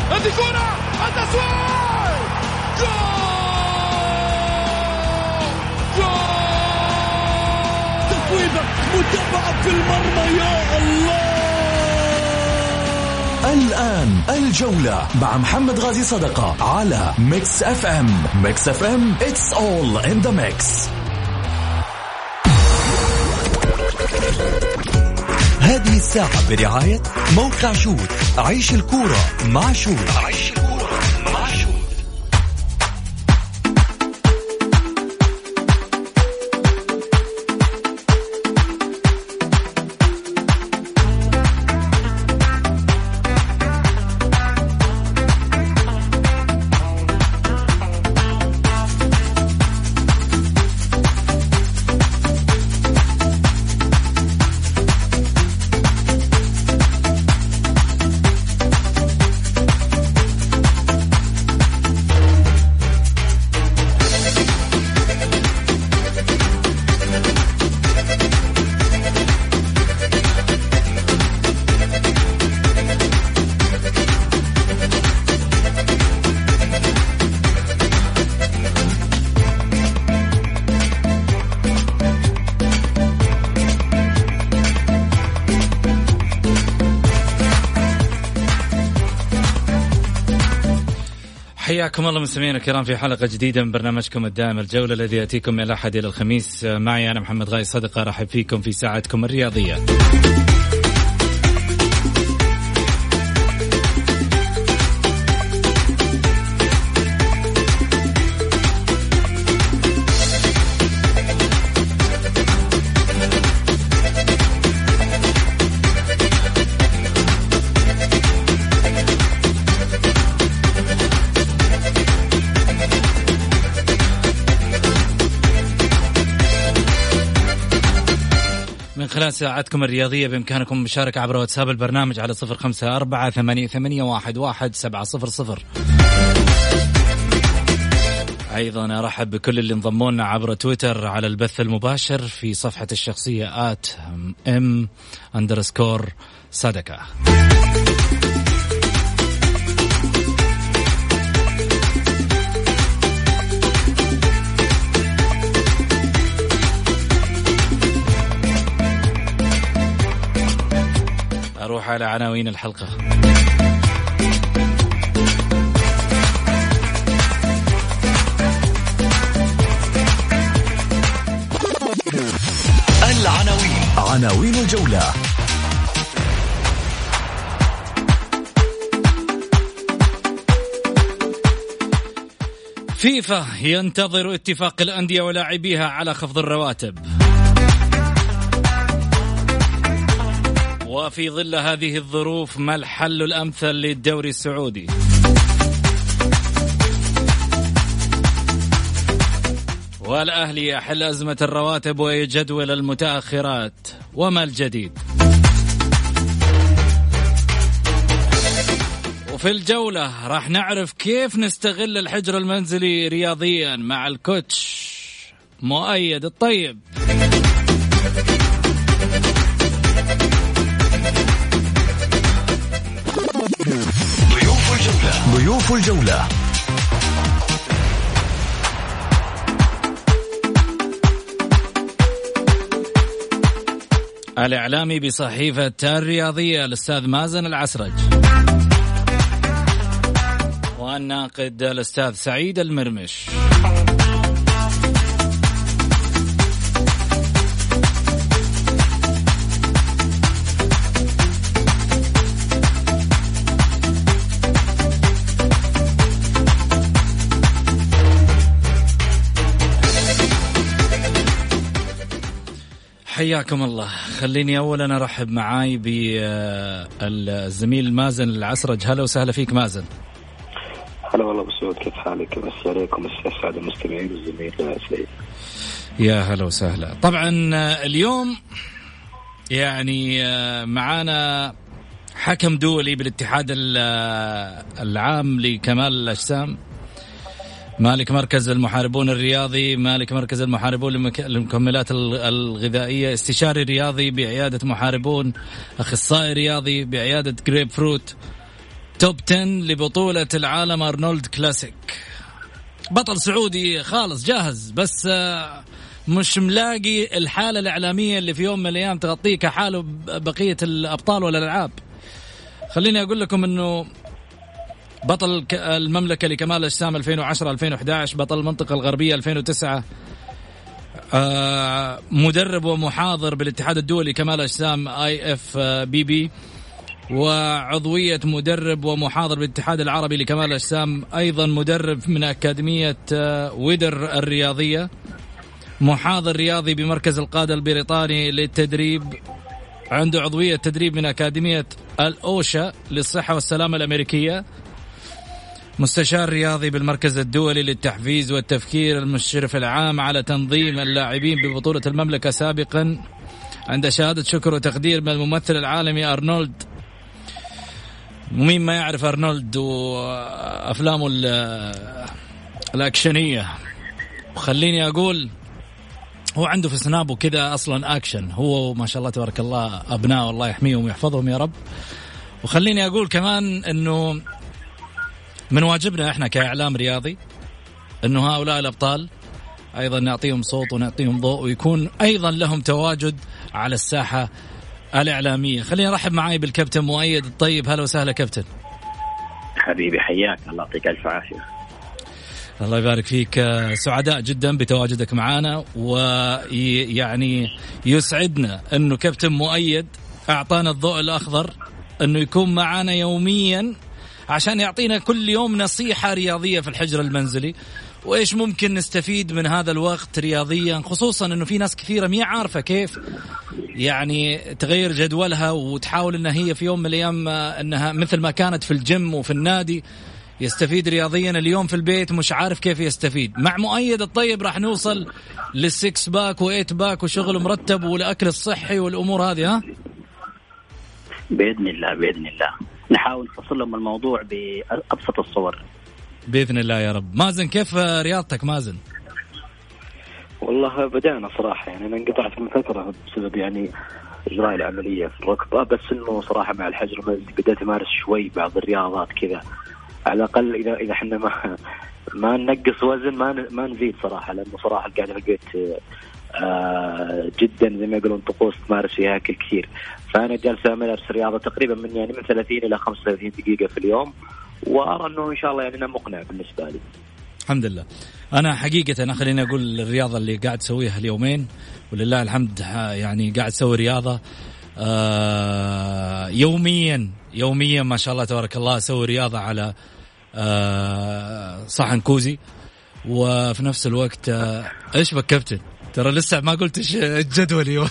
هذه كرة التسويق، جول تسويبة متابعة في المرمى، يا الله. الآن الجولة مع محمد غازي صدقة على ميكس اف ام. ميكس اف ام it's all in the mix. هذه الساعة برعاية موقع شوت. عيش الكورة مع شوت. حياكم الله مستمعينا الكرام في حلقة جديدة من برنامجكم الدائم الجولة، الذي يأتيكم من الأحد إلى الخميس. معي أنا محمد غازي صدقة، رحب فيكم في ساعتكم الرياضية. خلال ساعتكم الرياضية بإمكانكم المشاركة عبر واتساب البرنامج على 0548811700. أيضا أرحب بكل اللي انضمونا عبر تويتر على البث المباشر في صفحة الشخصية @m_صدقة. أروح على عناوين الحلقة. عناوين الجولة. فيفا ينتظر اتفاق الأندية ولاعبيها على خفض الرواتب. وفي ظل هذه الظروف ما الحل الأمثل للدوري السعودي؟ والأهلي يحل أزمة الرواتب ويجدول المتأخرات، وما الجديد؟ وفي الجولة راح نعرف كيف نستغل الحجر المنزلي رياضيا مع الكوتش مؤيد الطيب. ضيوف الجولة. الإعلامي بصحيفة الرياضية الأستاذ مازن العسرج، والناقد الأستاذ سعيد المرمش. حياكم الله. خليني أولا أرحب معاي بالزميل مازن العسرج. هلا وسهلا فيك مازن. هلا والله بسعود، كيف حالك؟ بس عليكم السادة المستمعين والزميل سعيد. يا هلا وسهلا. طبعا اليوم يعني معانا حكم دولي بالاتحاد العام لكمال الأجسام، مالك مركز المحاربون الرياضي، مالك مركز المحاربون للمكملات الغذائية، استشاري رياضي بعيادة محاربون، أخصائي رياضي بعيادة جريب فروت، توب 10 لبطولة العالم أرنولد كلاسيك. بطل سعودي خالص جاهز، بس مش ملاقي الحالة الإعلامية اللي في يوم من الأيام تغطيه كحاله بقية الأبطال والألعاب. خليني أقول لكم أنه بطل المملكة لكمال الأجسام 2010-2011، بطل المنطقة الغربية 2009، مدرب ومحاضر بالاتحاد الدولي كمال الأجسام IFBB، وعضوية مدرب ومحاضر بالاتحاد العربي لكمال الأجسام، أيضا مدرب من أكاديمية ويدر الرياضية، محاضر رياضي بمركز القادة البريطاني للتدريب، عنده عضوية تدريب من أكاديمية الأوشا للصحة والسلامة الأمريكية، مستشار رياضي بالمركز الدولي للتحفيز والتفكير، المشرف العام على تنظيم اللاعبين ببطولة المملكة سابقا، عنده شهادة شكر وتقدير من الممثل العالمي أرنولد. مين ما يعرف أرنولد وأفلامه الأكشنية. وخليني أقول هو عنده في سنابه كذا أصلا أكشن، هو ما شاء الله تبارك الله أبناء الله يحميهم ويحفظهم يا رب. وخليني أقول كمان أنه من واجبنا إحنا كإعلام رياضي أنه هؤلاء الأبطال أيضا نعطيهم صوت ونعطيهم ضوء، ويكون أيضا لهم تواجد على الساحة الإعلامية. خلينا نرحب معاي بالكابتن مؤيد الطيب. هلا وسهلا كابتن. حبيبي حياك، الله يعطيك ألف عافية. الله يبارك فيك، سعداء جدا بتواجدك معنا، ويعني يسعدنا أنه كابتن مؤيد أعطانا الضوء الأخضر أنه يكون معنا يوميا عشان يعطينا كل يوم نصيحة رياضية في الحجر المنزلي، وإيش ممكن نستفيد من هذا الوقت رياضيا، خصوصا أنه في ناس كثيرة مية عارفة كيف يعني تغير جدولها وتحاول أنها هي في يوم من الأيام أنها مثل ما كانت في الجيم وفي النادي يستفيد رياضيا، اليوم في البيت مش عارف كيف يستفيد. مع مؤيد الطيب راح نوصل للسكس باك وإيت باك وشغل مرتب والأكل الصحي والأمور هذه. ها بإذن الله بإذن الله نحاول نفصل لهم الموضوع بأبسط الصور بإذن الله يا رب. مازن كيف رياضتك مازن؟ والله بدأنا صراحة، يعني أنا انقطعت من فترة بسبب يعني إجراء العملية في الركبة، بس إنه صراحة مع الحجر بدأت أمارس شوي بعض الرياضات كذا، على الأقل إذا إحنا ما ننقص وزن ما نزيد صراحة، لأنه صراحة القاعدة في البيت جدا زي ما يقولون طقوس تمارس فيها أكل كثير، فأنا جالس أمارس رياضة تقريبا من 30 إلى 35 دقيقة في اليوم، وأرى أنه إن شاء الله يعني أنا مقنع بالنسبة لي. الحمد لله. أنا حقيقة خليني أقول الرياضة اللي قاعد أسويها اليومين ولله الحمد، يعني قاعد أسوي رياضة يوميا ما شاء الله تبارك الله، أسوي رياضة على صحن كوزي، وفي نفس الوقت إيش بك كابتن؟ ترى لسه ما قلتش الجدول.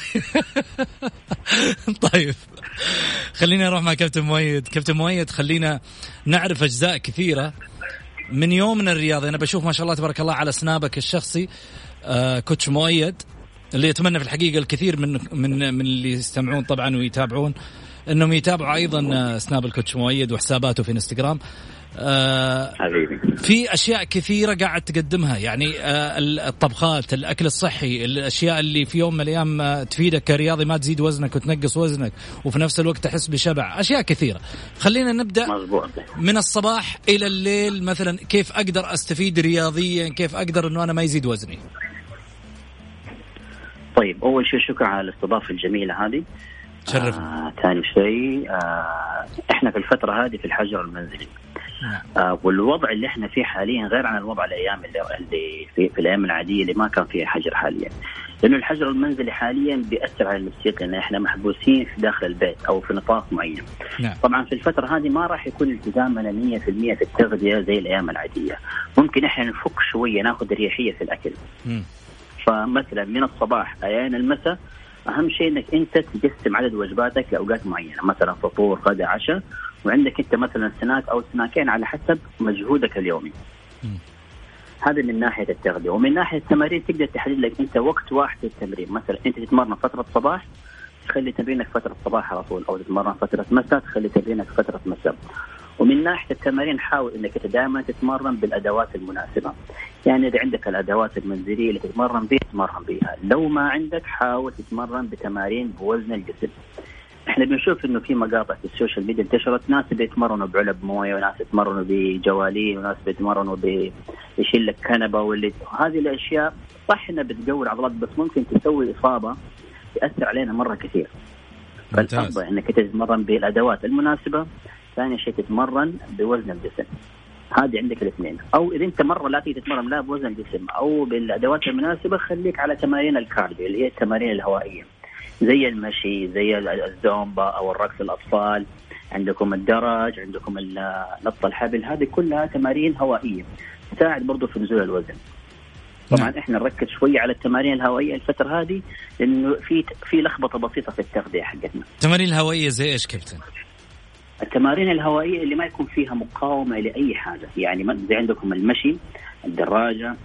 طيب خلينا نروح مع كابتن مؤيد. كابتن مؤيد خلينا نعرف أجزاء كثيرة من يومنا الرياضي. أنا بشوف ما شاء الله تبارك الله على سنابك الشخصي كوتش مؤيد، اللي يتمنى في الحقيقة الكثير من اللي يستمعون طبعا ويتابعون أنهم يتابعوا أيضا سناب الكوتش مؤيد وحساباته في انستغرام. في أشياء كثيرة قاعد تقدمها، يعني الطبخات، الأكل الصحي، الأشياء اللي في يوم من الأيام تفيدك كرياضي، ما تزيد وزنك وتنقص وزنك وفي نفس الوقت تحس بشبع، أشياء كثيرة. خلينا نبدأ من الصباح إلى الليل. مثلا كيف أقدر أستفيد رياضيا، كيف أقدر أنه أنا ما يزيد وزني؟ طيب أول شيء شكرا على الاستضافة الجميلة هذه. ثاني شيء إحنا في الفترة هذه في الحجر المنزلي، والوضع اللي احنا فيه حاليا غير عن الوضع الايام اللي في الايام العاديه اللي ما كان فيها حجر حاليا، لانه الحجر المنزلي حاليا بيأثر على النفسيه، لان احنا محبوسين في داخل البيت او في نطاق معين. طبعا في الفتره هذه ما راح يكون التزامنا 100% في التغذيه زي الايام العاديه، ممكن احنا نفك شويه، ناخذ ريحيه في الاكل. فمثلا من الصباح ايام المساء اهم شيء انك انت تقسم عدد وجباتك لاوقات معينه، مثلا فطور غدا عشاء، وعندك انت مثلا سناك او سناكين على حسب مجهودك اليومي. هذا من ناحيه التغذيه. ومن ناحيه التمارين تقدر تحدد لك انت وقت واحد للتمرين، مثلا انت تتمرن فتره صباح تخلي تمرينك فتره صباح على طول، او تتمرن فتره مساء تخلي تمرينك فتره مساء. ومن ناحيه التمارين حاول انك دائما تتمرن بالادوات المناسبه، يعني اذا عندك الادوات المنزليه اللي تتمرن بها تتمرن بها، لو ما عندك حاول تتمرن بتمارين بوزن الجسم. احنا بنشوف انه في مقاطع في السوشيال ميديا انتشرت، ناس بيتمرنوا بعلب مويه، وناس بيتمرنوا بجوالين، وناس بيتمرنوا بيشيل لك كنبه، واللي هذه الاشياء صح انها بتقوي العضلات بس ممكن تسوي اصابه تاثر علينا مره كثير. فالافضل انك تتمرن بالادوات المناسبه. ثاني شيء تتمرن بوزن الجسم، هذه عندك الاثنين. او اذا انت مره لا تيجي تتمرن لا بوزن الجسم او بالادوات المناسبه، خليك على تمارين الكارديو اللي هي التمارين الهوائيه زي المشي، زي الزومبا او الرقص الاطفال، عندكم الدرج، عندكم نط الحبل، هذه كلها تمارين هوائيه تساعد برضو في نزول الوزن. طبعا احنا نركز شويه على التمارين الهوائيه الفتره هذه لانه في لخبطه بسيطه في التغذيه حقتنا. التمارين الهوائيه زي ايش كابتن؟ التمارين الهوائيه اللي ما يكون فيها مقاومه لاي حاجه، يعني زي عندكم المشي، الدراجه،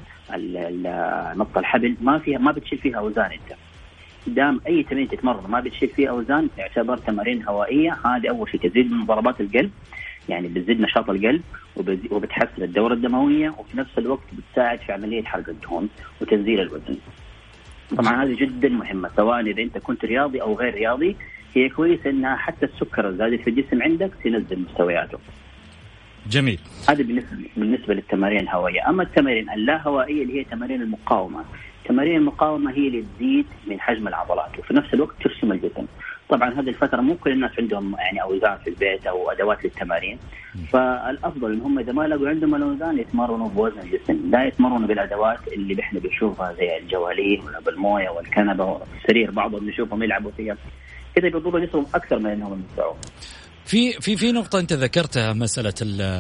نط الحبل، ما بتشيل فيها اوزان. انت دام اي تمرين تتمرن ما بتشيل فيها اوزان تعتبر تمارين هوائيه. هذه اول شيء تزيد من ضربات القلب، يعني بتزيد نشاط القلب وبتحسن الدورة الدموية، وفي نفس الوقت بتساعد في عملية حرق الدهون وتنزيل الوزن. طبعا هذه جدا مهمة سواء إذا أنت كنت رياضي أو غير رياضي. هي كويسة إنها حتى السكر الزايد في الجسم عندك تنزل مستوياته. جميل. هذا بالنسبة للتمارين الهوائية. أما التمارين اللا هوائية اللي هي تمارين المقاومة، تمارين المقاومة هي اللي تزيد من حجم العضلات وفي نفس الوقت ترسم الجسم. طبعا هذه الفترة مو كل الناس عندهم يعني أوزان في البيت أو أدوات للتمارين، فالأفضل إن هم إذا ما لقوا عندهم الأوزان يتمرنوا بوزن الجسم، لا يتمرنوا بالأدوات اللي إحنا بنشوفها زي الجوالين ولا بالموية والكنبة والسرير، بعضهم نشوفهم يلعبوا فيها كده بيضروا جسمهم أكثر من إنهم ينفعوا. في نقطة أنت ذكرتها، مسألة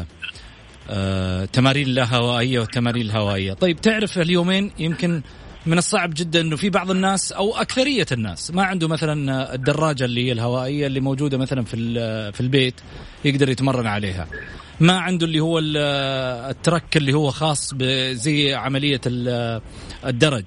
التمارين اللاهوائية والتمارين الهوائية. طيب تعرف اليومين يمكن من الصعب جدا انه في بعض الناس او اكثريه الناس ما عنده مثلا الدراجه اللي هي الهوائيه اللي موجوده مثلا في البيت يقدر يتمرن عليها، ما عنده اللي هو الترك اللي هو خاص زي عمليه الدرج.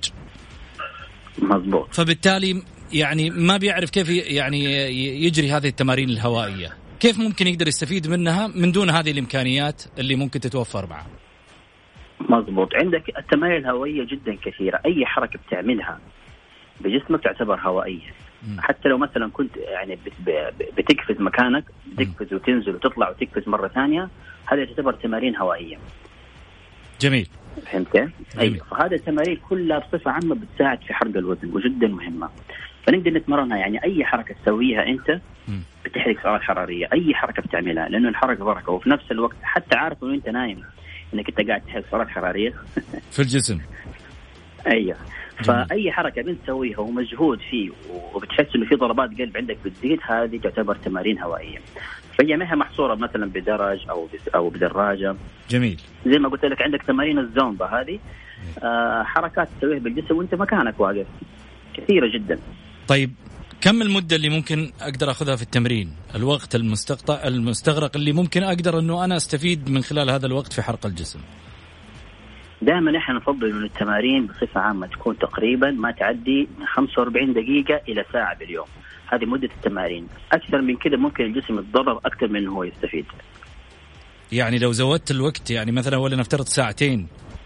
مظبوط. فبالتالي يعني ما بيعرف كيف يعني يجري هذه التمارين الهوائيه، كيف ممكن يقدر يستفيد منها من دون هذه الامكانيات اللي ممكن تتوفر معه؟ مظبوط. عندك التمارين الهوائية جدا كثيرة، أي حركة بتعملها بجسمك تعتبر هوائية. حتى لو مثلا كنت يعني بتقفز مكانك، بتقفز وتنزل وتطلع وتقفز مرة ثانية، هذه تعتبر تمارين هوائية. جميل. فهمت؟ أيوة. فهذه التمارين كلها بصفة عامة بتساعد في حرق الوزن وجدا مهمة، فنقدر نتمرنها. يعني أي حركة تسويها أنت بتحرق سعرات حرارية، أي حركة بتعملها، لأنه الحركة بركة، وفي نفس الوقت حتى عارف إنه أنت نايم انك انت قاعد تحرق سعرات حراريه في الجسم. ايوه. فاي حركه بنسويها ومجهود فيه وبتحس انه في ضربات قلب عندك بتزيد، هذه تعتبر تمارين هوائيه. فهي ما هي محصوره مثلا بدرج او بدراجه. جميل. زي ما قلت لك عندك تمارين الزومبا، هذه حركات تسويها بالجسم وانت مكانك واقف، كثيره جدا. طيب كم المدة اللي ممكن أقدر أخذها في التمرين؟ الوقت المستغرق اللي ممكن أقدر أنه أنا أستفيد من خلال هذا الوقت في حرق الجسم؟ دائما إحنا نفضل أن التمارين بصفة عامة تكون تقريبا ما تعدي من 45 دقيقة إلى ساعة باليوم. هذه مدة التمارين. أكثر من كده ممكن الجسم يتضرر أكثر من هو يستفيد. يعني لو زودت الوقت، يعني مثلا ولا نفترض ساعتين،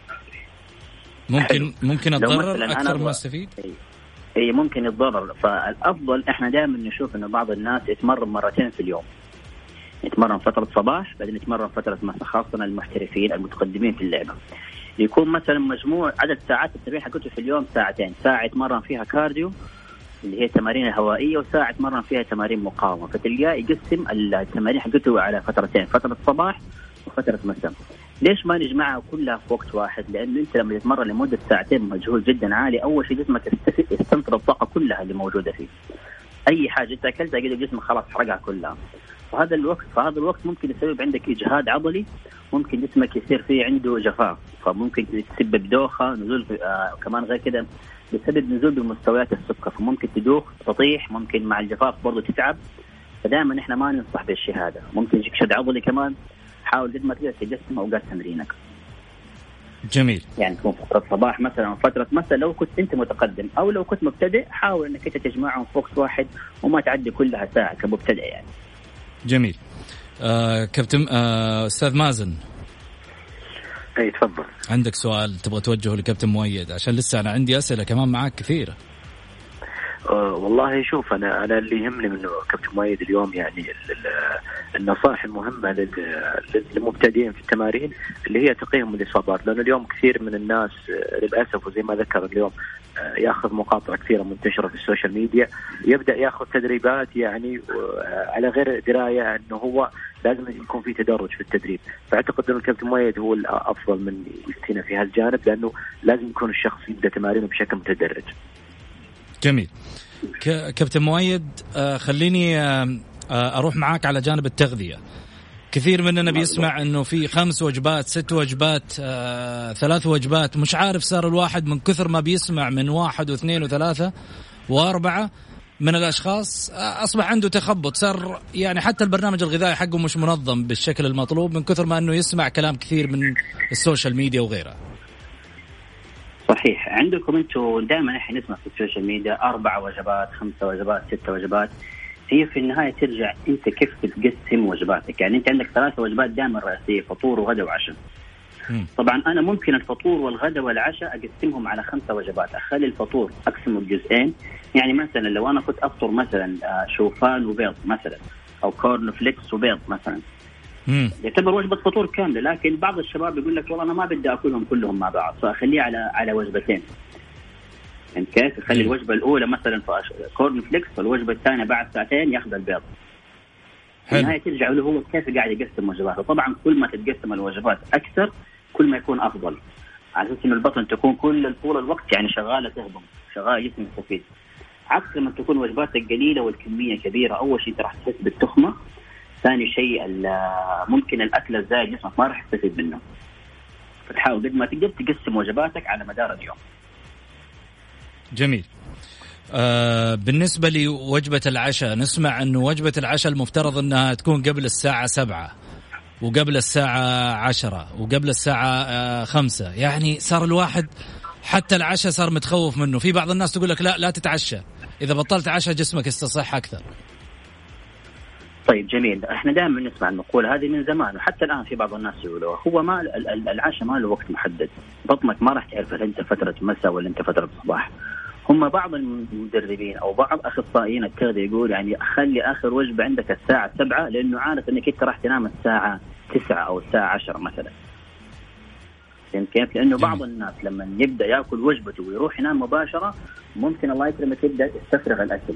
ممكن أتضرر أكثر ما أستفيد؟ اي ممكن يتضرر. فالافضل احنا دائما نشوف انه بعض الناس يتمرن مرتين في اليوم، يتمرن فتره صباح بعدين يتمرن فتره مساء، خاصه المحترفين المتقدمين في اللعبه. يكون مثلا مجموع عدد ساعات التمرين حقته في اليوم ساعتين، ساعه يتمرن فيها كارديو اللي هي التمارين الهوائيه، وساعه يتمرن فيها تمارين مقاومه. فتلقاه يقسم التمارين حقته على فترتين، فتره صباح وفتره مساء. ليش ما نجمعها كلها في وقت واحد؟ لأنه أنت لما تتمرن لمدة ساعتين مجهود جدا عالي، أول شيء جسمك يستنفذ الطاقة كلها اللي موجودة فيه. أي حاجة أنت أكلتها كده جسمك خلاص حرقها كلها. فهذا الوقت ممكن يسبب عندك إجهاد عضلي، ممكن جسمك يصير فيه عنده جفاف، فممكن تسبب دوخة، نزول كمان غير كده بسبب نزول بمستويات السكر، فممكن تدوخ تطيح، ممكن مع الجفاف برضو تتعب. فدائما إحنا ما ننصح بالشيء هذا. ممكن يجيك شد عضلي كمان، حاول قد ما تقدر تقسم أوقات تمرينك. جميل. يعني تكون فترة صباح مثلا وفترة مساء لو كنت أنت متقدم، أو لو كنت مبتدئ حاول أنك أنت تجمعهم في وقت واحد وما تعدي كلها ساعة كمبتدئ يعني. جميل. كابتن أستاذ مازن. أي تفضل. عندك سؤال تبغى توجهه لكابتن مؤيد؟ عشان لسه أنا عندي أسئلة كمان معاك كثيرة. والله شوف أنا اللي يهمني من كابتن مؤيد اليوم يعني النصائح المهمة للمبتدئين في التمارين اللي هي تقيهم الإصابات، لأن اليوم كثير من الناس للأسف وزي ما ذكر اليوم يأخذ مقاطع كثيرة منتشرة في السوشيال ميديا، يبدأ يأخذ تدريبات يعني على غير دراية أنه هو لازم يكون في تدرج في التدريب. فأعتقد أن الكابتن مؤيد هو الأفضل من يفتينا في هالجانب، لأنه لازم يكون الشخص يبدأ تمارينه بشكل متدرج. جميل. كابتن مؤيد خليني أروح معاك على جانب التغذية. كثير مننا بيسمع أنه في 5 وجبات 6 وجبات 3 وجبات، مش عارف صار الواحد من كثر ما بيسمع من 1 و2 و3 و4 من الأشخاص أصبح عنده تخبط، صار يعني حتى البرنامج الغذائي حقه مش منظم بالشكل المطلوب من كثر ما أنه يسمع كلام كثير من السوشيال ميديا وغيرها. صحيح، عندكم انتم دائما احنا نسمع في السوشيال ميديا 4 وجبات 5 وجبات 6 وجبات. هي في النهاية ترجع انت كيف تقسم وجباتك. يعني انت عندك 3 وجبات دائما رئيسية، فطور وغداء وعشاء. طبعا انا ممكن الفطور والغداء والعشاء اقسمهم على 5 وجبات، اخلي الفطور اقسمه بجزئين. يعني مثلا لو انا كنت افطر مثلا شوفان وبيض مثلا، او كورن فليكس وبيض مثلا، يعتبر وجبة فطور كاملة. لكن بعض الشباب يقول لك والله أنا ما بدي أكلهم كلهم مع بعض، فأخليه على وجبتين. يعني كيف يخلي الوجبة الأولى مثلا كورن فليكس، والوجبة الثانية بعد ساعتين يأخذ البيض. في النهاية ترجع له هو كيف قاعد يقسم وجباته. طبعا كل ما تتقسم الوجبات أكثر كل ما يكون أفضل، على أساس إن البطن تكون طول الوقت يعني شغالة تهضم، شغالة جسم يستفيد. عكس لما تكون وجباتك قليلة والكمية كبيرة، أول شيء أنت راح تحس بالتخمة، ثاني شيء ممكن الأكل الزايد جسمك ما راح يستفيد منه. فتحاول قد ما تقدر تقسم وجباتك على مدار اليوم. جميل. بالنسبة لوجبة العشاء، نسمع أنه وجبة العشاء المفترض أنها تكون قبل الساعة 7 وقبل الساعة 10 وقبل الساعة 5. يعني صار الواحد حتى العشاء صار متخوف منه. في بعض الناس تقول لك لا تتعشى، إذا بطلت عشاء جسمك يستصح أكثر. طيب جميل، احنا دائما نسمع المقولة هذه من زمان، وحتى الآن في بعض الناس يقولوا هو ما العشاء ما له وقت محدد. بطنك ما راح تعرف هل انت فترة مساء ولا انت فترة صباح. هم بعض المدربين او بعض اخصائيين التغذية يقول يعني خلي اخر وجبة عندك الساعة 7، لانه عارف انك انت راح تنام الساعة 9 او الساعة 10 مثلا. يعني كيف؟ لانه بعض الناس لما يبدا ياكل وجبته ويروح ينام مباشرة، ممكن الله يكرمك يبدا يستفرغ الاكل.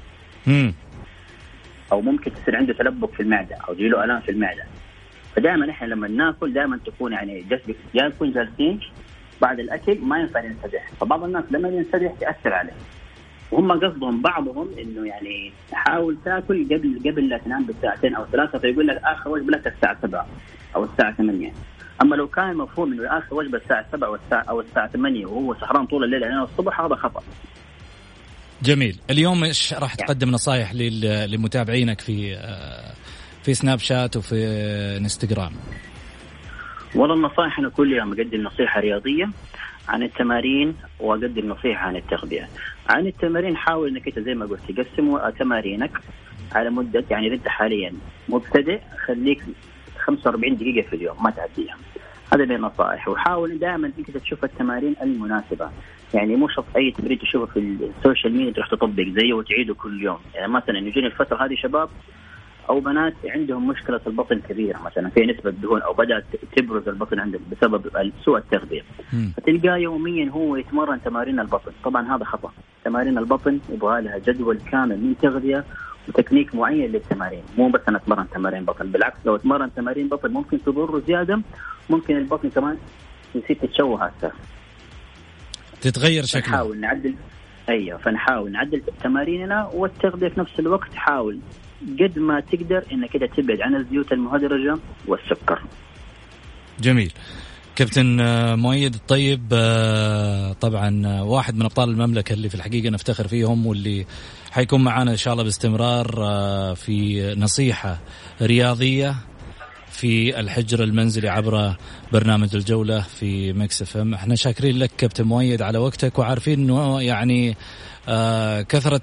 او ممكن تصير عنده تلبك في المعده او يجيله الام في المعده. فدائما احنا لما ناكل دائما تكون يعني جسمك يا نكون جالسين بعد الاكل ما ينفع ينسدح. فبعض الناس لما ينسدح ياثر عليه، وهم قصدهم بعضهم انه يعني حاول تاكل قبل لا تنام بساعتين او 3، فيقول لك اخر وجبه لك الساعه 7 او الساعه 8. اما لو كان مفهوم انه اخر وجبه الساعه 7 او الساعه 8 وهو سهران طول الليل يعني الصبح، هذا خطا. جميل. اليوم ايش راح تقدم نصائح لمتابعينك في سناب شات وفي انستغرام؟ والله النصائح أنا كل يوم أقدم نصيحة رياضية عن التمارين، وأقدم نصيحة عن التغذية. عن التمارين حاول أنك أنت زي ما قلت تقسم تمارينك على مدة، يعني إذا أنت حاليا مبتدئ خليك 45 دقيقة في اليوم ما تعديها. هذا من النصائح. وحاول دائما أنك تشوف التمارين المناسبة، يعني مو شرط أي تمرين تشوفه في السوشيال ميديا تروح تطبق زيه وتعيده كل يوم. يعني مثلا يجوني الفترة هذه شباب أو بنات عندهم مشكلة البطن كبيرة، مثلا في نسبة دهون أو بدأت تبرز البطن عندهم بسبب سوء التغذية، فتلقى يوميا هو يتمرن تمارين البطن. طبعا هذا خطأ. تمارين البطن يبغى لها جدول كامل من تغذية وتكنيك معين للتمارين، مو بس أنا أتمرن تمارين بطن. بالعكس لو أتمرن تمارين بطن ممكن تضر زيادة، ممكن البطن كمان يصير تتشوه أكثر، تتغير شكله. فنحاول نعدل. فنحاول نعدل تماريننا والتغذية في نفس الوقت. حاول قد ما تقدر إنك كده تبعد عن الزيوت المهدرجة والسكر. جميل. كابتن مؤيد الطيب، طبعا واحد من أبطال المملكة اللي في الحقيقة نفتخر فيهم، واللي حيكون معنا إن شاء الله باستمرار في نصيحة رياضية في الحجر المنزلي عبر برنامج الجولة في ميكس اف ام. احنا شاكرين لك كابتن مؤيد على وقتك، وعارفين انه يعني كثرة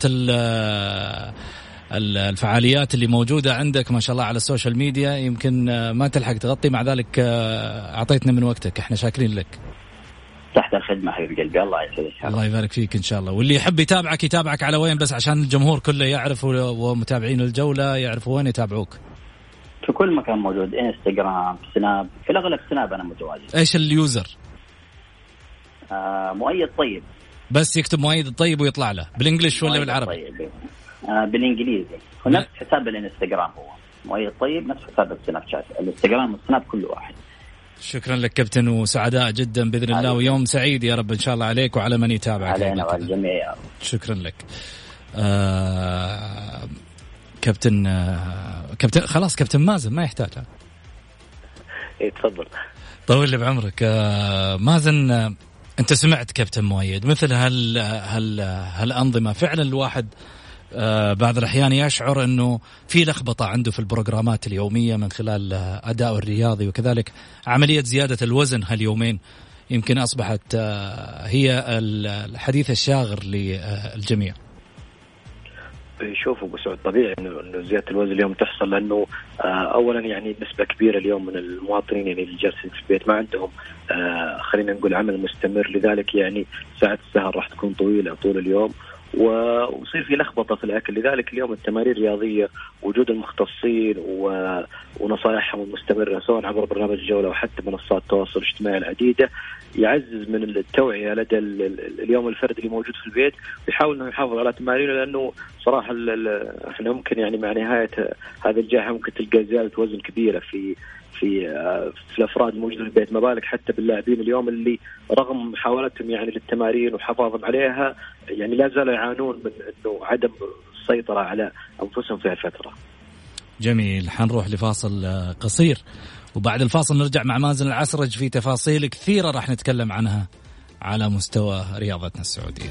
الفعاليات اللي موجودة عندك ما شاء الله على السوشيال ميديا يمكن ما تلحق تغطي، مع ذلك أعطيتنا من وقتك. احنا شاكرين لك. تحت الخدمة حبيب قلبي. الله يسعدك. الله يبارك فيك إن شاء الله. واللي يحب يتابعك على وين بس عشان الجمهور كله يعرف ومتابعين الجولة يعرفوا وين يتابعوك؟ في كل مكان موجود، انستغرام، سناب، في الأغلب سناب أنا متواجد. إيش اليوزر؟ مؤيد طيب. بس يكتب مؤيد الطيب ويطلع له بالإنجليش ولا بالعربي؟ طيب. بالإنجليزي. ونفس حساب الانستغرام هو مؤيد طيب، نفس حساب السناب شات. الانستغرام والسناب كل واحد. شكرا لك كابتن وسعداء جدا بإذن الله ويوم سعيد يا رب إن شاء الله عليك وعلى من يتابعك. علينا وعلى الجميع يا رب. شكرا لك. كابتن خلاص كابتن مازن ما يحتاجها. تفضل. طول لي بعمرك. مازن أنت سمعت كابتن مؤيد مثل هالأنظمة فعلا الواحد بعض الأحيان يشعر أنه في لخبطة عنده في البروجرامات اليومية من خلال أداء الرياضي، وكذلك عملية زيادة الوزن هاليومين يمكن أصبحت هي الحديث الشاغر للجميع. شوفوا بسعود طبيعي انه زياده الوزن اليوم تحصل لانه اولا يعني نسبه كبيره اليوم من المواطنين يعني اللي جالسين في البيت ما عندهم خلينا نقول عمل مستمر، لذلك يعني ساعات السهر راح تكون طويله طول اليوم ويصير في لخبطه في الاكل. لذلك اليوم التمارين الرياضيه وجود المختصين ونصائحهم المستمره سواء عبر برنامج الجوله وحتى منصات التواصل الاجتماعي العديده يعزز من التوعيه لدى اليوم الفرد اللي موجود في البيت ويحاول انه يحافظ على تمارينه، لانه صراحه احنا ممكن يعني مع نهايه هذا الجائحه ممكن تلقى زياده وزن كبيره في الافراد الموجودين في البيت، ما بالك حتى باللاعبين اليوم اللي رغم محاولتهم يعني للتمارين وحفاظهم عليها يعني لا زالوا يعانون من انه عدم السيطره على انفسهم في الفتره. جميل. حنروح لفاصل قصير وبعد الفاصل نرجع مع مازن العسرج في تفاصيل كثيره راح نتكلم عنها على مستوى رياضتنا السعوديه.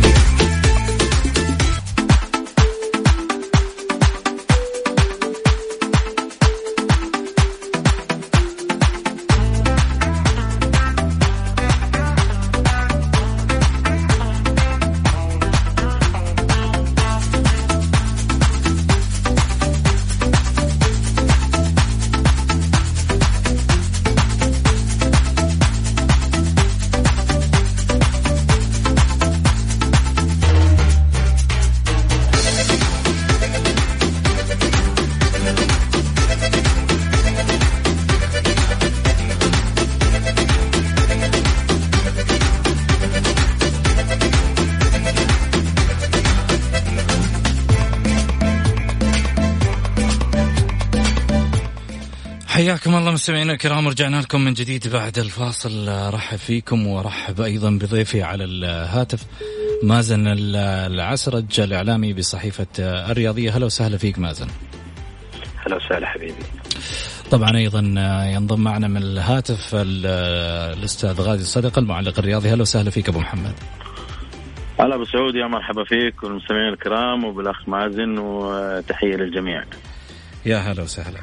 حياكم الله مستمعينا الكرام، رجعنا لكم من جديد بعد الفاصل. رحب فيكم ورحب أيضا بضيفي على الهاتف مازن العسرج الإعلامي بصحيفة الرياضية. هلا وسهلا فيك مازن. هلا وسهلا حبيبي. طبعا أيضا ينضم معنا من الهاتف الأستاذ غازي صدقة المعلق الرياضي. هلا وسهلا فيك أبو محمد. هلا أبو سعود، يا مرحبا فيك والمستمعين الكرام وبالأخ مازن، وتحية للجميع. يا هلا وسهلا.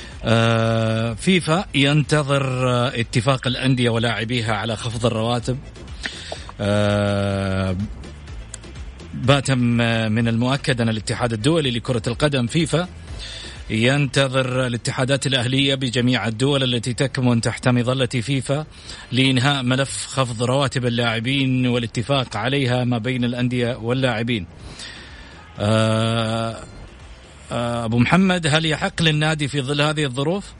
فيفا ينتظر اتفاق الأندية ولاعبيها على خفض الرواتب. باتم من المؤكد أن الاتحاد الدولي لكرة القدم فيفا ينتظر الاتحادات الأهلية بجميع الدول التي تكمن تحت مظلة فيفا لإنهاء ملف خفض رواتب اللاعبين والاتفاق عليها ما بين الأندية واللاعبين. أبو محمد، هل يحق للنادي في ظل هذه الظروف؟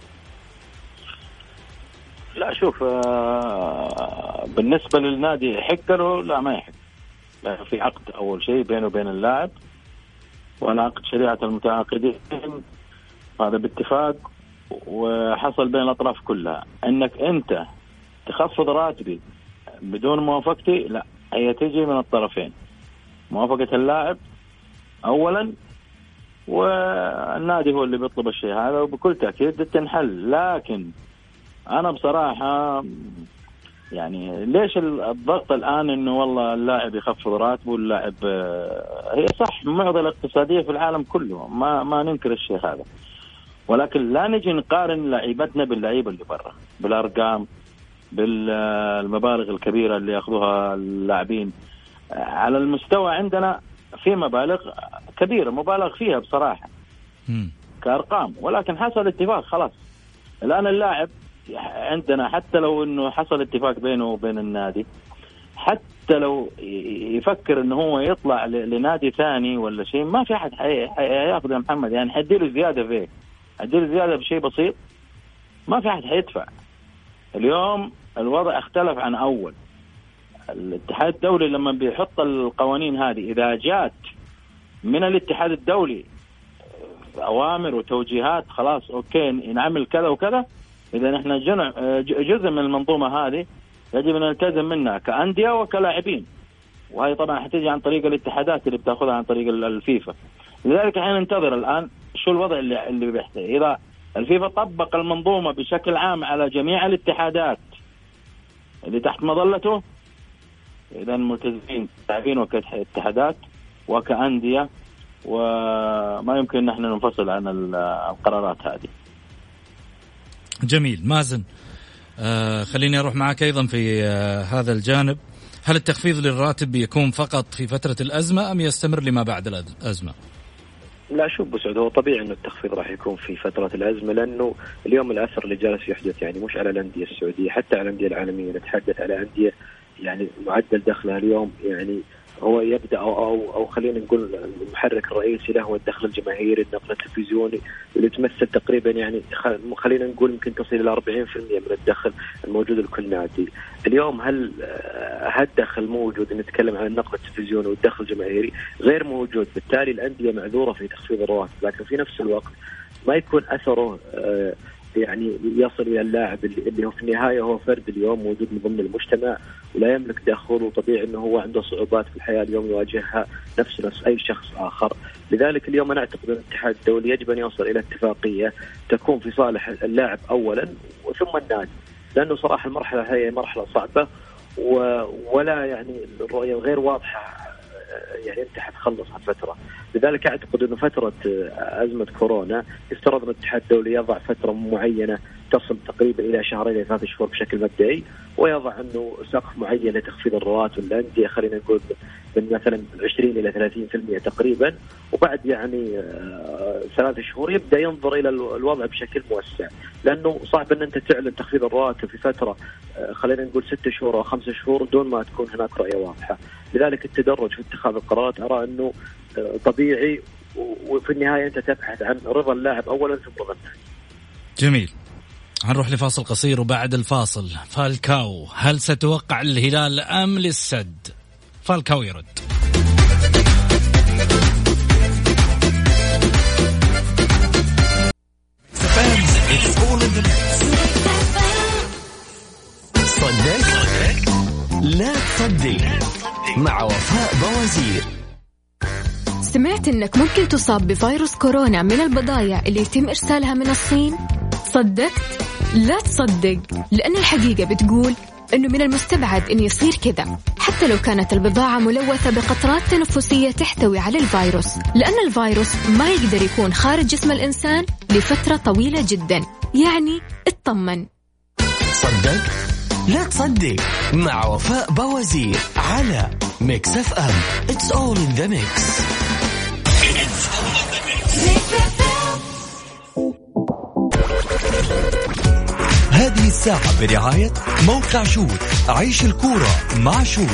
لا شوف، بالنسبة للنادي يحق له؟ لا ما يحق. لا، في عقد أول شيء بينه وبين اللاعب، وأنا عقد شريعة المتعاقدين، هذا باتفاق وحصل بين الأطراف كلها. أنك أنت تخفض راتبي بدون موافقتي، لا، هي تجي من الطرفين، موافقة اللاعب أولا، والنادي هو اللي بيطلب الشيء هذا، وبكل تأكيد تنحل. لكن أنا بصراحة يعني ليش الضغط الآن إنه والله اللاعب يخفض راتبه واللاعب؟ هي صح معضلة اقتصادية في العالم كله، ما ننكر الشيء هذا، ولكن لا نجي نقارن لعيبتنا باللعيبة اللي برا بالأرقام، بالمبالغ الكبيرة اللي يأخذوها اللاعبين. على المستوى عندنا في مبالغ كبيرة مبالغ فيها بصراحة كأرقام، ولكن حصل اتفاق خلاص. الآن اللاعب عندنا حتى لو انه حصل اتفاق بينه وبين النادي، حتى لو يفكر انه هو يطلع لنادي ثاني ولا شيء، ما في احد حياخذ يا محمد. يعني حديله زياده فيه، حديله زياده بشيء بسيط، ما في احد حيدفع. اليوم الوضع اختلف عن اول. الاتحاد الدولي لما بيحط القوانين هذه، اذا جات من الاتحاد الدولي اوامر وتوجيهات، خلاص اوكي نعمل كذا وكذا، اذا احنا جزء من المنظومه هذه يجب ان نلتزم منها كأندية وكلاعبين. وهي طبعا حتيجي عن طريق الاتحادات اللي بتاخذها عن طريق الفيفا. لذلك احنا ننتظر الان شو الوضع اللي بيحصل. اذا الفيفا طبق المنظومه بشكل عام على جميع الاتحادات اللي تحت مظلته، اذا ملتزمين لاعبين وكاتحادات وكأندية، وما يمكن ان احنا ننفصل عن القرارات هذه. جميل. مازن، خليني أروح معك أيضا في هذا الجانب. هل التخفيض للراتب يكون فقط في فترة الأزمة أم يستمر لما بعد الأزمة؟ لا شوف بسعود، هو طبيعي أنه التخفيض راح يكون في فترة الأزمة، لأنه اليوم الأثر اللي جالس يحدث يعني مش على الأندية السعودية، حتى على الأندية العالمية. نتحدث على أندية يعني معدل دخلها اليوم يعني هو يبدأ أو خلينا نقول المحرك الرئيسي له هو الدخل الجماهيري، النقل التلفزيوني، اللي تمثل تقريبا يعني خلينا نقول يمكن تصل إلى 40% من الدخل الموجود لكل نادي. اليوم هل هالدخل موجود؟ نتكلم عن النقل التلفزيوني والدخل الجماهيري غير موجود، بالتالي الأندية معذورة في تخفيض الرواتب، لكن في نفس الوقت ما يكون أثره يعني يصل إلى اللاعب اللي هو في النهاية هو فرد اليوم موجود من ضمن المجتمع ولا يملك دخل، وطبيعي أنه هو عنده صعوبات في الحياة اليوم يواجهها نفس أي شخص آخر. لذلك اليوم أنا أعتقد أن الاتحاد الدولي يجب أن يوصل إلى اتفاقية تكون في صالح اللاعب أولا وثم النادي، لأنه صراحة المرحلة هي مرحلة صعبة ولا يعني الرؤية غير واضحة يعني انت حتخلص عن فترة. لذلك أعتقد أنه فترة أزمة كورونا يفترض أن الاتحاد الدولي يضع فترة معينة تصل تقريبا إلى 2 إلى 3 شهور بشكل مبدئي، ويضع أنه سقف معين لتخفيض الرواتب للأندية، خلينا نقول من مثلا 20 إلى 30% تقريبا، وبعد يعني 3 شهور يبدأ ينظر إلى الوضع بشكل موسع، لأنه صعب أن أنت تعلن تخفيض الرواتب في فترة خلينا نقول 6 شهور أو 5 شهور دون ما تكون هناك رؤية واضحة. لذلك التدرج في اتخاذ القرارات أرى أنه طبيعي، وفي النهاية أنت تبحث عن رضا اللاعب أولا ثم رضا النادي. جميل. هنروح لفاصل قصير وبعد الفاصل فالكاو، هل ستوقع الهلال أم للسد؟ فالكاو يرد. صدق لا تصدق مع وفاء بوازير. سمعت إنك ممكن تصاب بفيروس كورونا من البضائع اللي يتم إرسالها من الصين؟ صدقت؟ لا تصدق، لأن الحقيقة بتقول إنه من المستبعد إن يصير كذا، حتى لو كانت البضاعة ملوثة بقطرات تنفسية تحتوي على الفيروس، لأن الفيروس ما يقدر يكون خارج جسم الإنسان لفترة طويلة جدا. يعني اطمن. صدق لا تصدق مع وفاء بوازير على ميكس اف ام. It's all in the mix. هذه الساعة برعاية موقع شوت. عيش الكورة مع شوت.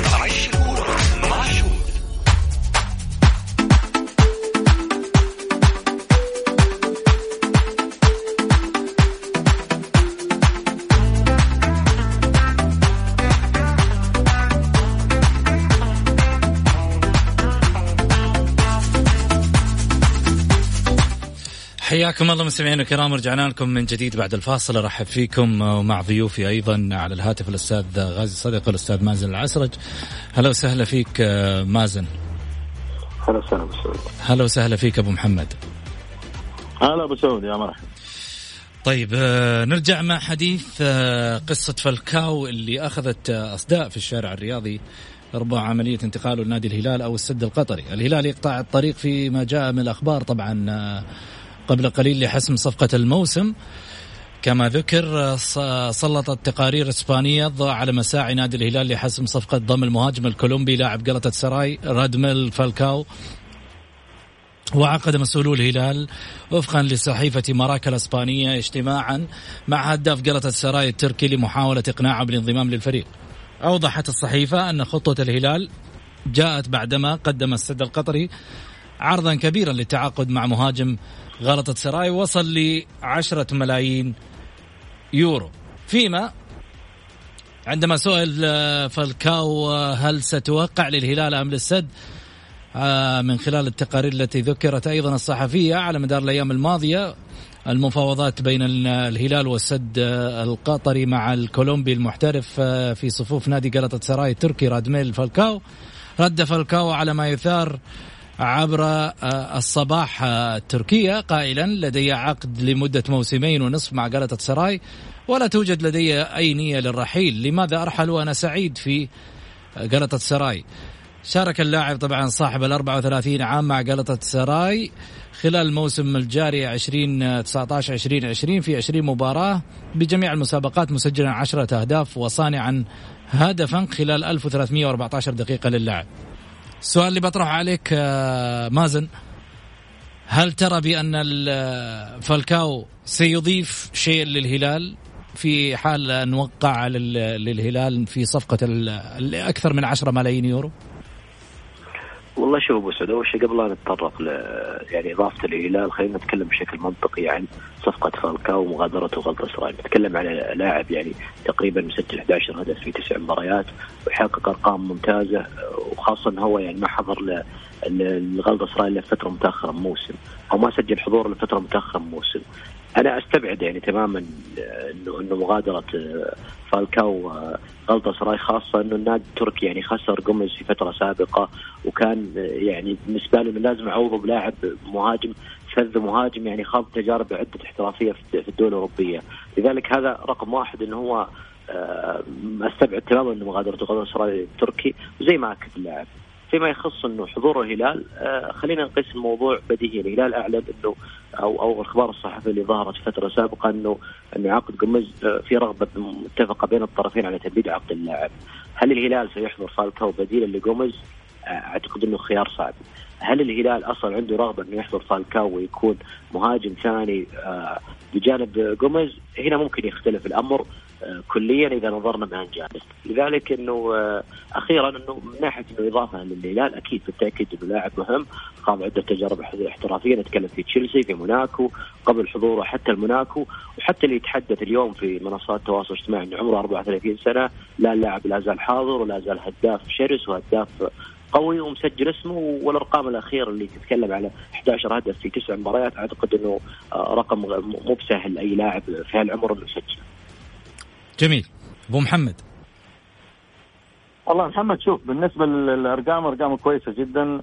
حياكم الله مستمعينا الكرام، رجعنا لكم من جديد بعد الفاصل. ارحب فيكم ومع ضيوفي ايضا على الهاتف الاستاذ غازي صدقة والاستاذ مازن العسرج. هلا وسهلا فيك مازن. هلا وسهلا ابو سعود. هلا وسهلا فيك ابو محمد. هلا ابو سعود يا مرحبا. طيب نرجع مع حديث قصة فالكاو اللي اخذت اصداء في الشارع الرياضي ربع عملية انتقاله لنادي الهلال او السد القطري. الهلال يقطع الطريق فيما جاء من الاخبار طبعا قبل قليل لحسم صفقة الموسم. كما ذكر سلطت تقارير إسبانية الضوء على مساعي نادي الهلال لحسم صفقة ضم المهاجم الكولومبي لاعب جلطة سراي رادميل فالكاو وعقد مسؤولو الهلال وفقا لصحيفة مراكا الإسبانية اجتماعا مع هداف جلطة سراي التركي لمحاولة إقناعه بالانضمام للفريق. أوضحت الصحيفة أن خطوة الهلال جاءت بعدما قدم السد القطري عرضا كبيرا للتعاقد مع مهاجم غلطة سراي وصل ل10 ملايين يورو. فيما عندما سئل فالكاو هل ستوقع للهلال أم للسد، من خلال التقارير التي ذكرت أيضا الصحفية على مدار الأيام الماضية المفاوضات بين الهلال والسد القطري مع الكولومبي المحترف في صفوف نادي جلطة سراي التركي رادميل فالكاو، رد فالكاو على ما يثار عبر الصباح التركية قائلا لدي عقد لمدة 2.5 موسم مع جلطة سراي ولا توجد لدي أي نية للرحيل. لماذا أرحل وأنا سعيد في جلطة سراي؟ شارك اللاعب طبعا صاحب 34 عام مع جلطة سراي خلال الموسم الجاري 2019-2020 في 20 مباراة بجميع المسابقات، مسجلا 10 أهداف وصانعا هدفا خلال 1314 دقيقة للاعب. السؤال اللي بطرح عليك مازن، هل ترى بأن فالكاو سيضيف شيء للهلال في حال أن وقع للهلال في صفقة أكثر من 10 ملايين يورو؟ والله شوف أبو سعود، أول شيء قبل لا نتطرق يعني إضافة الهلال خلينا نتكلم بشكل منطقي عن صفقة فالكاو ومغادرته غلطة سراي. نتكلم على لاعب يعني تقريبا مسجل 11 هدف في 9 مباريات ويحقق أرقام ممتازة، وخاصة أنه هو يعني ما حضر لغلطة سراي لفترة متأخرة موسم أو ما سجل حضور لفترة متأخرة موسم. أنا أستبعد يعني تماما إنه مغادرة فالكاو غلطة سراي، خاصة إنه النادي التركي يعني خسر جوميز في فترة سابقة وكان يعني بالنسبة له لازم يعوضه بلاعب مهاجم فذ مهاجم يعني خاض تجارب عدة احترافية في الدول الأوروبية. لذلك هذا رقم واحد إنه هو أستبعد تماما إنه مغادرة غلطة سراي التركي. وزي ما أكد اللاعب فيما يخص انه حضور الهلال، خلينا نقيس الموضوع بديهي. الهلال اعلن انه او الاخبار الصحفيه اللي ظهرت فتره سابقه انه عقد جوميز في رغبه متفقه بين الطرفين على تمديد عقد اللاعب. هل الهلال سيحضر فالكاو بديلا لجوميز؟ اعتقد انه خيار صعب. هل الهلال اصلا عنده رغبه انه يحضر فالكاو ويكون مهاجم ثاني بجانب جوميز؟ هنا ممكن يختلف الامر كليا اذا نظرنا بهذا الجانب. لذلك انه اخيرا انه من ناحيه انه اضافه للهلال اكيد بالتاكيد انه لاعب مهم، قام عده تجارب احترافيه، نتكلم في تشيلسي، في موناكو قبل حضوره حتى الموناكو، وحتى اللي يتحدث اليوم في منصات التواصل الاجتماعي انه عمره 34 سنه، لا اللاعب لا زال حاضر ولا زال هداف شرس وهداف قوي ومسجل اسمه. والارقام الاخيره اللي تتكلم على 11 هدف في 9 مباريات اعتقد انه رقم مو بسهل اي لاعب في هالعمر انه يسجل. جميل. أبو محمد. والله محمد شوف، بالنسبة للأرقام أرقام كويسة جدا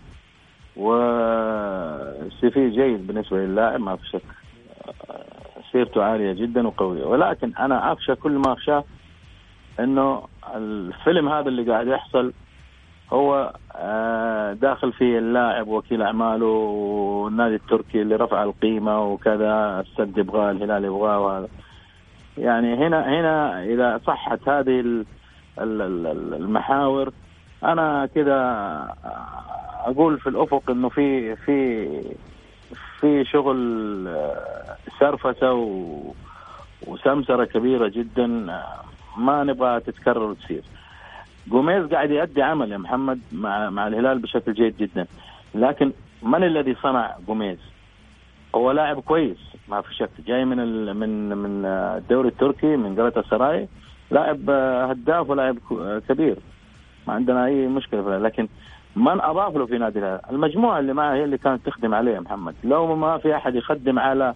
والسي في جيد بالنسبة للاعب، ما في شك سيرته عالية جدا وقوية، ولكن أنا أخشى كل ما أخشى إنه الفيلم هذا اللي قاعد يحصل هو داخل فيه اللاعب وكيل أعماله والنادي التركي اللي رفع القيمة وكذا، السد يبغاه الهلال يبغاه، وهذا يعني هنا إذا صحت هذه المحاور أنا كده أقول في الأفق إنه في شغل سرفسة وسمسرة كبيرة جدا ما نبغى تتكرر وتصير. جوميز قاعد يؤدي عمل يا محمد مع الهلال بشكل جيد جدا، لكن من الذي صنع جوميز؟ هو لاعب كويس ما في شك، جاي من الدوري التركي من جلطة سراي، لاعب هداف ولاعب كبير ما عندنا اي مشكله فيه. لكن من اضاف له في نادي الهلال؟ المجموعه اللي معه هي اللي كانت تخدم عليه محمد. لو ما في احد يخدم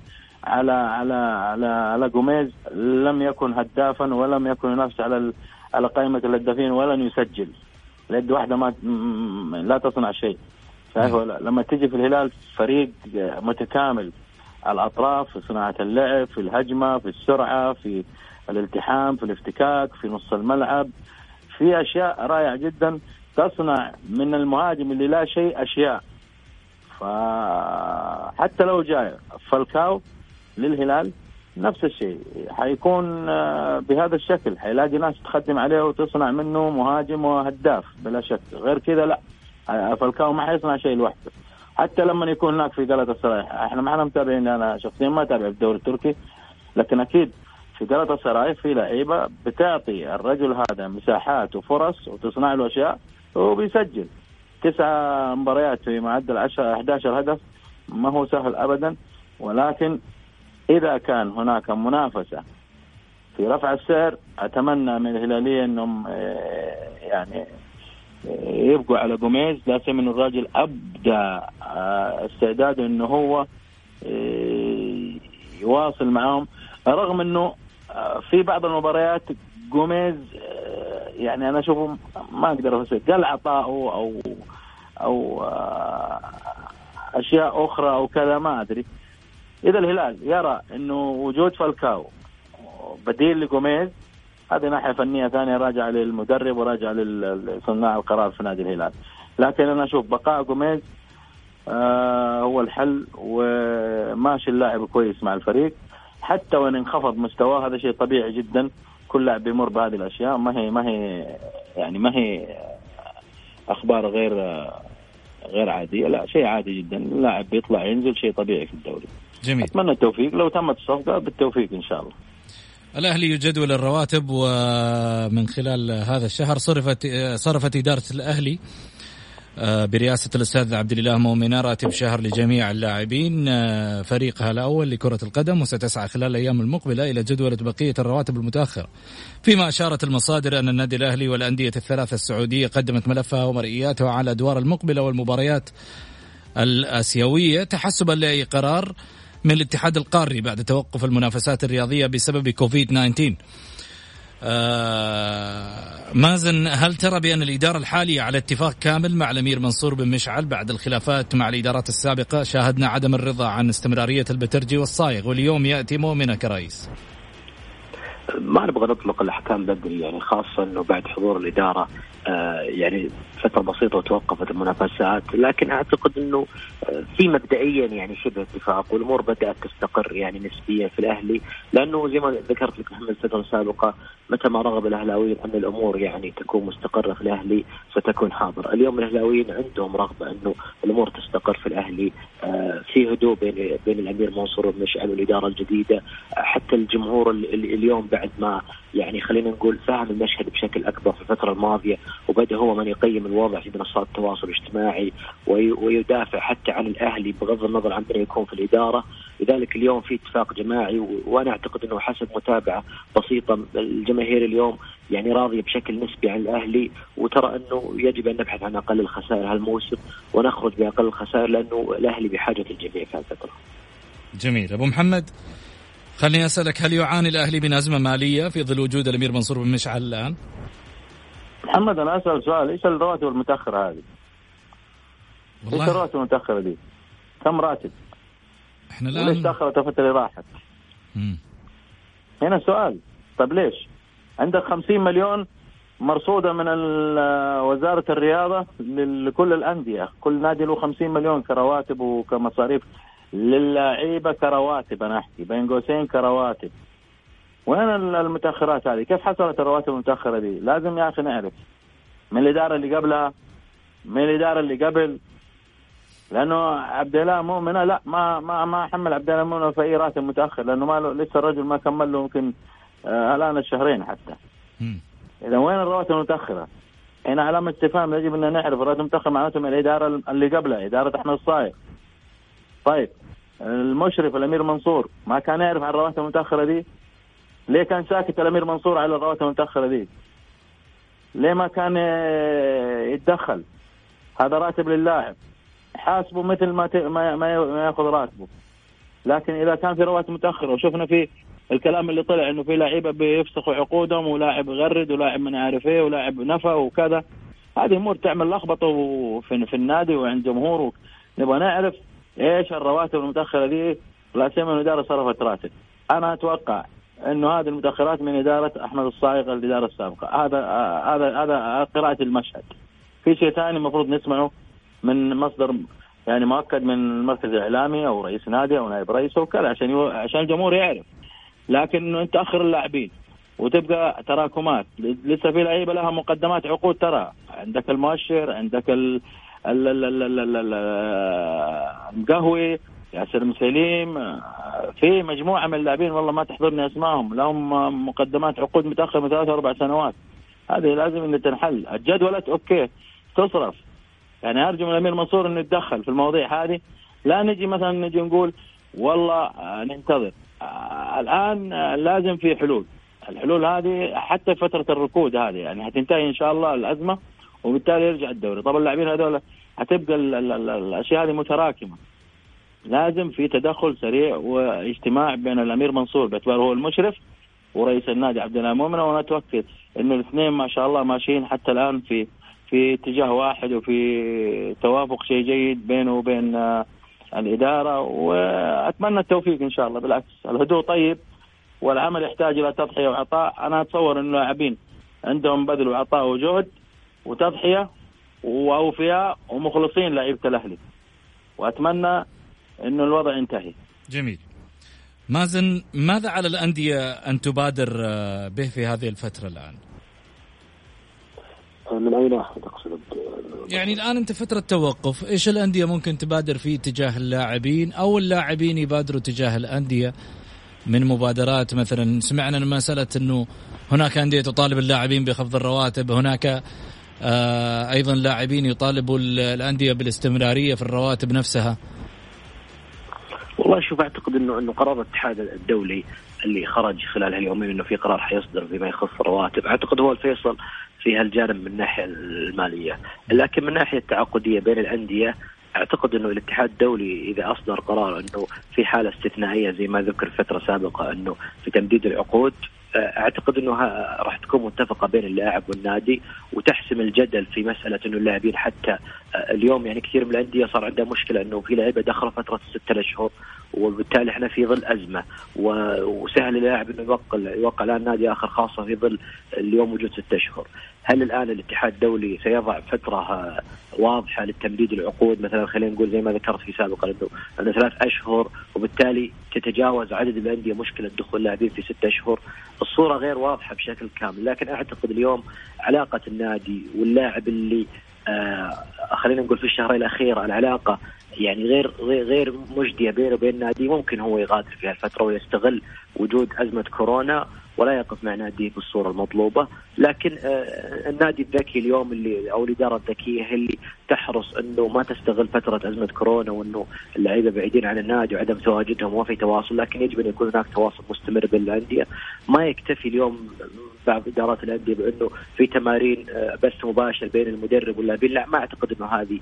على جوميز لم يكن هدافا ولم يكن ينافس على قائمه الهدافين ولن يسجل. اليد واحده ما لا تصنع شيء. لما تيجي في الهلال فريق متكامل، الأطراف في صناعة اللعب، في الهجمة، في السرعة، في الالتحام، في الافتكاك، في نص الملعب، في أشياء رائعة جدا تصنع من المهاجم اللي لا شيء أشياء. فحتى لو جاء فالكاو للهلال نفس الشيء حيكون بهذا الشكل، حيلاقي ناس تخدم عليه وتصنع منه مهاجم وهداف بلا شك. غير كذا لا، فالكاو ما حيصنع شيء لوحده. حتى لما يكون هناك في جلطاسراي. احنا ما احنا متابعين، انا شخصيا ما اتابع الدوري التركي، لكن اكيد في جلطاسراي في لعيبه بتعطي الرجل هذا مساحات وفرص وتصنع له اشياء وبيسجل 9 مباريات في معدل 11 هدف. ما هو سهل ابدا، ولكن اذا كان هناك منافسه في رفع السعر اتمنى من الهلاليه انهم يعني يبقوا على جوميز. لا سيما انه الراجل ابدى استعداده انه هو يواصل معهم، رغم انه في بعض المباريات جوميز يعني انا اشوفه ما اقدر افسر قل عطاءه او اشياء اخرى او كذا ما ادري. اذا الهلال يرى انه وجود فالكاو بديل لجوميز، هذه ناحيه فنيه ثانيه راجع للمدرب وراجع لصناع القرار في نادي الهلال. لكن انا اشوف بقاء جوميز هو الحل، وماشي اللاعب كويس مع الفريق حتى وان انخفض مستواه، هذا شيء طبيعي جدا. كل لاعب بيمر بهذه الاشياء، ما هي اخبار غير عاديه، لا شيء عادي جدا. اللاعب بيطلع ينزل، شيء طبيعي في الدوري. جميل. اتمنى التوفيق، لو تمت الصفقه بالتوفيق ان شاء الله. الأهلي يجدول الرواتب، ومن خلال هذا الشهر صرفت إدارة الأهلي برئاسة الأستاذ عبد الله مؤمن راتب شهر لجميع اللاعبين فريقها الأول لكرة القدم، وستسعى خلال الأيام المقبلة إلى جدولة بقية الرواتب المتأخرة. فيما أشارت المصادر أن النادي الأهلي والأندية الثلاثة السعودية قدمت ملفها ومرئياتها على الأدوار المقبلة والمباريات الآسيوية تحسبا لأي قرار من الاتحاد القاري بعد توقف المنافسات الرياضية بسبب كوفيد-19. مازن، هل ترى بأن الإدارة الحالية على اتفاق كامل مع الأمير منصور بن مشعل بعد الخلافات مع الإدارات السابقة؟ شاهدنا عدم الرضا عن استمرارية البترجي والصايغ، واليوم يأتي مؤمنة كرئيس. ما نبغى نطلق الأحكام بدري، يعني خاصة أنه بعد حضور الإدارة يعني فترة بسيطة وتوقفت المنافسات، لكن أعتقد أنه في مبدئيا يعني شبه اتفاق، والأمور بدأت تستقر يعني نسبيا في الأهلي، لأنه زي ما ذكرت لك محمد الفترة السابقة متى ما رغب الأهلاويين أن الأمور يعني تكون مستقرة في الأهلي ستكون حاضرة. اليوم الأهلاويين عندهم رغبة أنه الأمور تستقر في الأهلي، في هدوء بين الأمير منصور بن مشعل والإدارة الجديدة. حتى الجمهور اليوم بعد ما يعني خلينا نقول فهم المشهد بشكل أكبر في الفترة الماضية، وبدأ هو من يقيم الوضع في منصات التواصل الاجتماعي ويدافع حتى عن الأهلي بغض النظر عن من يكون في الإدارة. لذلك اليوم في اتفاق جماعي، وأنا أعتقد أنه حسب متابعة بسيطة الجماهير اليوم يعني راضية بشكل نسبي عن الأهلي، وترى أنه يجب أن نبحث عن أقل الخسائر هالموسم ونخرج بأقل الخسائر، لأنه الأهلي بحاجة الجميع في هالفترة. جميل. أبو محمد، خليني أسألك، هل يعاني الأهلي من أزمة مالية في ظل وجود الأمير منصور بن مشعل الآن؟ محمد، أنا أسأل سؤال، إيش الرواتب المتأخرة هذه؟ إيش الرواتب المتأخرة دي؟ كم راتب؟ إحنا الآن وليش تأخرت الفترة اللي راحت؟ هنا سؤال. طب ليش عندك 50 مليون مرصودة من وزارة الرياضة لكل الأندية، كل نادي له 50 مليون كرواتب وكمصاريف للاعيبة كرواتب، أنا أحكي بين قوسين كرواتب. وين المتأخرات هذه؟ كيف حصلت الرواتب المتأخرة دي؟ لازم يا أخي نعرف من الإدارة اللي قبلها، من الإدارة اللي قبل، لأنه عبد الله مؤمنة لا ما حمل عبد الله مؤمنة في أي راتب متأخر، لأنه ما لسه الرجل ما كمل له يمكن الآن الشهرين حتى. إذا وين الرواتب المتأخرة؟ هنا علامة استفهام، يجب أن نعرف الرواتب المتأخرة معناته من الإدارة اللي قبلها، إدارة أحمد الصايغ. طيب المشرف الأمير منصور ما كان يعرف عن الرواتب المتأخرة دي؟ ليه كان ساكت الأمير منصور على الرواتب المتأخرة دي؟ ليه ما كان يتدخل؟ هذا راتب للاعب، حاسبه مثل ما ياخذ راتبه. لكن إذا كان في رواتب متأخرة، وشفنا في الكلام اللي طلع إنه في لاعيبة بيفسخوا عقودهم، ولاعب غرد، ولاعب من عارف إيه، ولاعب نفى وكذا، هذه أمور تعمل لخبطة في النادي وعند جمهوره. نبغى نعرف إيش الرواتب المتأخرة دي، لا سيما إنه الإدارة صرفت راتب. أنا أتوقع إنه هذه المتأخرات من إدارة أحمد الصايغ الإدارة السابقة. هذا قراءة المشهد. في شيء ثاني المفروض نسمعه من مصدر يعني مؤكد من المركز الإعلامي أو رئيس نادي أو نائب رئيس وكذا، عشان الجمهور يعرف. لكن إنه أنت أخر اللاعبين وتبقى تراكمات، لسه في لعيبة لها مقدمات عقود، ترى عندك المؤشر، عندك المقهوي، ياسر مسليم، في مجموعة من اللاعبين والله ما تحضرني أسمائهم، لهم مقدمات عقود متأخرة من 3 4 سنوات. هذه لازم إن تنحل. الجدولات أوكي تصرف، يعني أرجو من الأمير منصور إنه يتدخل في المواضيع هذه. لا نجي مثلا نجي نقول والله ننتظر. الآن لازم في حلول. الحلول هذه حتى فترة الركود هذه يعني هتنتهي إن شاء الله الأزمة، وبالتالي يرجع الدوري. طبعا اللاعبين هذول هتبقى الأشياء هذه متراكمة. لازم في تدخل سريع واجتماع بين الأمير منصور باعتباره هو المشرف ورئيس النادي عبد الله مؤمن، وأنا أتوكل إنه الاثنين ما شاء الله ماشيين حتى الآن في اتجاه واحد وفي توافق شيء جيد بينه وبين الإدارة، وأتمنى التوفيق إن شاء الله. بالعكس الهدوء طيب، والعمل يحتاج إلى تضحية وعطاء. أنا أتصور إنه اللاعبين عندهم بذل وعطاء وجهد وتضحية وأوفياء ومخلصين لعيبة الأهلي، وأتمنى إنه الوضع ينتهي. جميل. مازن، ماذا على الأندية أن تبادر به في هذه الفترة الآن؟ من أي ناحية تقصد؟ يعني الآن أنت فترة توقف، إيش الأندية ممكن تبادر فيه تجاه اللاعبين، أو اللاعبين يبادروا تجاه الأندية من مبادرات؟ مثلا سمعنا من مسألة أنه هناك أندية تطالب اللاعبين بخفض الرواتب، هناك أيضا لاعبين يطالبوا الأندية بالاستمرارية في الرواتب نفسها. والله شوف، أعتقد إنه قرار الاتحاد الدولي اللي خرج خلال هاليومين إنه في قرار حيصدر فيما يخص الرواتب، أعتقد هو الفيصل في هالجانب من الناحية المالية. لكن من الناحية التعاقدية بين الأندية أعتقد أنه الاتحاد الدولي إذا أصدر قرار أنه في حالة استثنائية زي ما ذكر فترة سابقة أنه في تمديد العقود، أعتقد أنه راح تكون متفقة بين اللاعب والنادي وتحسم الجدل في مسألة أنه اللاعبين حتى اليوم يعني كثير من الأندية صار عندها مشكلة أنه في لاعبة دخل فترة 6 أشهر، وبالتالي احنا في ظل أزمة وسهل اللاعب أنه يوقع الآن نادي آخر، خاصة في ظل اليوم وجود 6 أشهر. هل الآن الاتحاد الدولي سيضع فترة واضحة للتمديد العقود؟ مثلا خلينا نقول زي ما ذكرت في سابقا أنه 3 أشهر، وبالتالي تتجاوز عدد الأندية مشكلة دخول اللاعبين في 6 أشهر. الصورة غير واضحة بشكل كامل. لكن أعتقد اليوم علاقة النادي واللاعب اللي خلينا نقول في الشهرين الأخيرة العلاقة يعني غير مجدية بينه وبين النادي، ممكن هو يغادر في هالفترة ويستغل وجود أزمة كورونا ولا يقف مع ناديه بالصورة المطلوبة. لكن النادي الذكي اليوم اللي أو الإدارة الذكية هي اللي تحرص أنه ما تستغل فترة أزمة كورونا وأنه اللعيبة بعيدين عن النادي وعدم تواجدهم وفي تواصل، لكن يجب أن يكون هناك تواصل مستمر بين الأندية. ما يكتفي اليوم بعض إدارات الأندية بأنه في تمارين بث مباشر بين المدرب واللاعبين. لا، ما أعتقد أنه هذه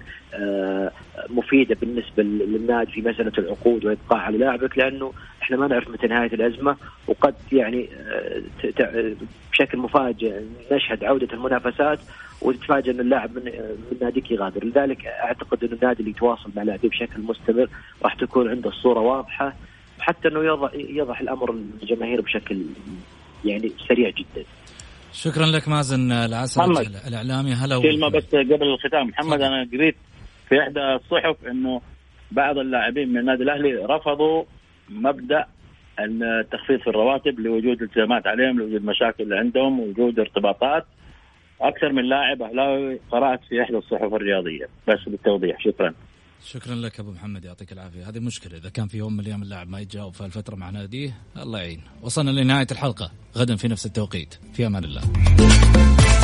مفيدة بالنسبة للنادي في مسألة العقود وإبقاء على لاعبك، لأنه إحنا ما نعرف متى نهاية الأزمة، وقد يعني بشكل مفاجئ نشهد عودة المنافسات وتتفاجئ أن اللاعب من ناديك يغادر. لذلك أعتقد أن النادي اللي يتواصل مع لاعبيه بشكل مستمر راح تكون عنده الصورة واضحة، حتى أنه يضح الأمر للجماهير بشكل يعني سريع جدا. شكرا لك مازن العسل الإعلامي. هلا كلمة بس قبل الختام محمد، أنا قريت في إحدى الصحف إنه بعض اللاعبين من النادي الأهلي رفضوا مبدأ التخفيض في الرواتب لوجود التزامات عليهم، لوجود مشاكل عندهم ووجود ارتباطات. أكثر من لاعب أهلاوي قرأت في إحدى الصحف الرياضية. بس بالتوضيح. شكرا لك أبو محمد، يعطيك العافية. هذه مشكلة إذا كان في يوم من الأيام اللاعب ما يتجاوب في الفترة مع ناديه، الله يعين. وصلنا لنهاية الحلقة، غدا في نفس التوقيت، في أمان الله.